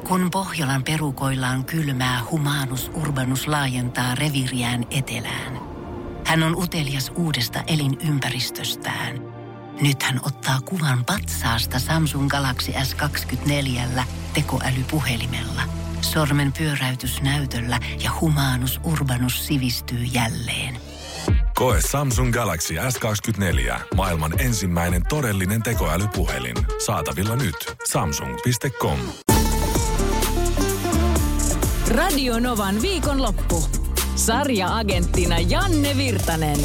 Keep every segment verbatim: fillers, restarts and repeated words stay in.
Kun Pohjolan perukoillaan kylmää, Humanus Urbanus laajentaa reviiriään etelään. Hän on utelias uudesta elinympäristöstään. Nyt hän ottaa kuvan patsaasta Samsung Galaxy S kaksikymmentäneljä tekoälypuhelimella. Sormen pyöräytys näytöllä ja Humanus Urbanus sivistyy jälleen. Koe Samsung Galaxy S kaksikymmentäneljä, maailman ensimmäinen todellinen tekoälypuhelin. Saatavilla nyt. samsung piste com. Radio Novan viikonloppu. Sarja-agenttina Janne Virtanen.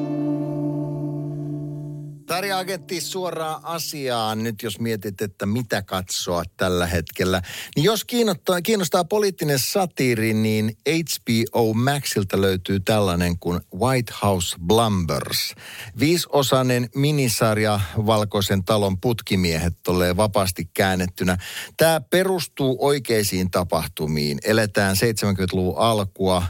Sarja-agentti suoraan asiaan nyt, jos mietit, että mitä katsoa tällä hetkellä. Niin jos kiinnostaa, kiinnostaa poliittinen satiiri, niin H B O Maxilta löytyy tällainen kuin White House Blumbers. Viisosainen minisarja Valkoisen talon putkimiehet tolleen vapaasti käännettynä. Tämä perustuu oikeisiin tapahtumiin. Eletään seitsemänkymmentäluvun alkua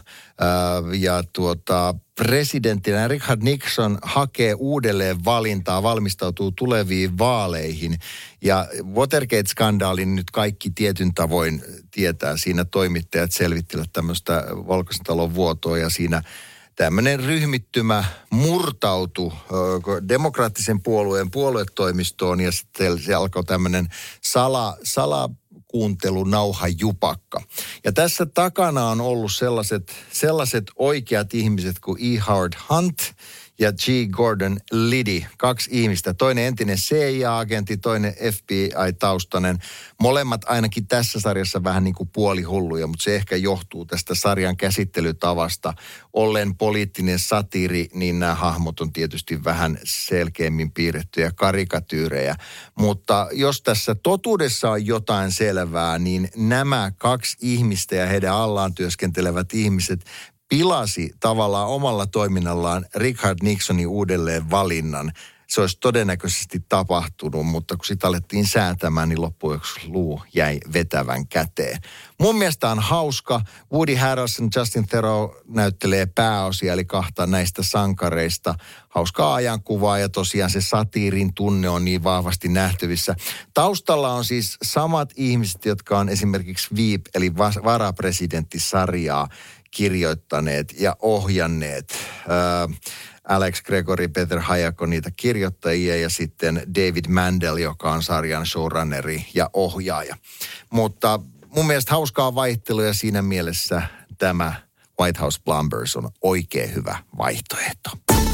ja tuota... Presidenttinä Richard Nixon hakee uudelleen valintaa, valmistautuu tuleviin vaaleihin. Ja Watergate-skandaalin nyt kaikki tietyn tavoin tietää. Siinä toimittajat selvittivät tämmöistä Valkoisen talon vuotoa ja siinä tämmöinen ryhmittymä murtautui demokraattisen puolueen puoluetoimistoon ja sitten se alkoi tämmöinen sala, sala kuuntelunauha jupakka. Ja tässä takana on ollut sellaiset, sellaiset oikeat ihmiset kuin E. Howard Hunt ja G. Gordon Liddy. Kaksi ihmistä. Toinen entinen C I A-agentti, toinen F B I-taustainen. Molemmat ainakin tässä sarjassa vähän niin kuin puolihulluja, mutta se ehkä johtuu tästä sarjan käsittelytavasta. Ollen poliittinen satiiri, niin nämä hahmot on tietysti vähän selkeämmin piirrettyjä karikatyyrejä. Mutta jos tässä totuudessa on jotain selvää, niin nämä kaksi ihmistä ja heidän allaan työskentelevät ihmiset pilasi tavallaan omalla toiminnallaan Richard Nixonin uudelleen valinnan. Se olisi todennäköisesti tapahtunut, mutta kun sitä alettiin säätämään, niin loppujen luu jäi vetävän käteen. Mun mielestä on hauska. Woody Harrelson, Justin Theroux näyttelee pääosia, eli kahta näistä sankareista. Hauskaa ajankuvaa ja tosiaan se satiirin tunne on niin vahvasti nähtävissä. Taustalla on siis samat ihmiset, jotka on esimerkiksi Veep, eli varapresidenttisarjaa kirjoittaneet ja ohjanneet. Öö, Alex Gregory, Peter Hayek on niitä kirjoittajia ja sitten David Mandel, joka on sarjan showrunneri ja ohjaaja. Mutta mun mielestä hauskaa vaihtelua siinä mielessä tämä White House Blumbers on oikein hyvä vaihtoehto.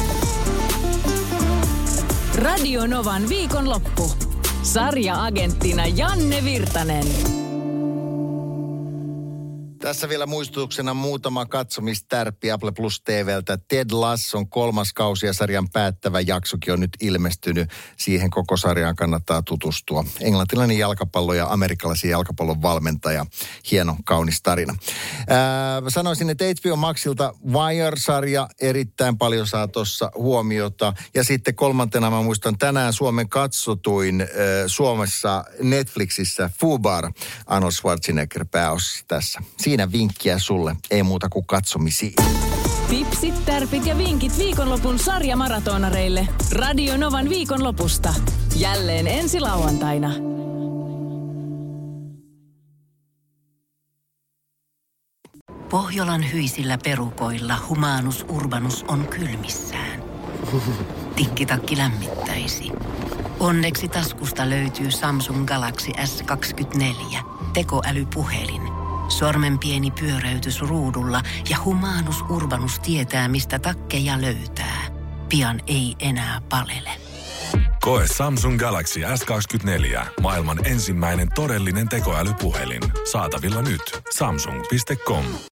Radio Novan viikonloppu. Sarja-agenttina Janne Virtanen. Tässä vielä muistutuksena muutama katsomistärppi Apple Plus T V:ltä. Ted Lasson kolmas kausi ja sarjan päättävä jaksokin on nyt ilmestynyt. Siihen koko sarjaan kannattaa tutustua. Englantilainen jalkapallo ja amerikkalaisen jalkapallon valmentaja. Hieno, kaunis tarina. Ää, sanoisin, että H B O Maxilta Wire-sarja erittäin paljon saa tuossa huomiota. Ja sitten kolmantena mä muistan tänään Suomen katsotuin ää, Suomessa Netflixissä Fubar. Arnold Schwarzenegger pääosassa tässä. Siinä vinkkiä sulle, ei muuta kuin katsomisiin. Tipsit, tärpit ja vinkit viikonlopun sarjamaratonareille. Radio Novan viikonlopusta. Jälleen ensi lauantaina. Pohjolan hyisillä perukoilla Humanus Urbanus on kylmissään. Tikkitakki lämmittäisi. Onneksi taskusta löytyy Samsung Galaxy S kaksikymmentäneljä, tekoälypuhelin. Sormen pieni pyöräytys ruudulla ja Humanus Urbanus tietää, mistä takkeja löytää. Pian ei enää palele. Koe Samsung Galaxy S kaksikymmentäneljä, maailman ensimmäinen todellinen tekoälypuhelin. Saatavilla nyt. samsung piste com.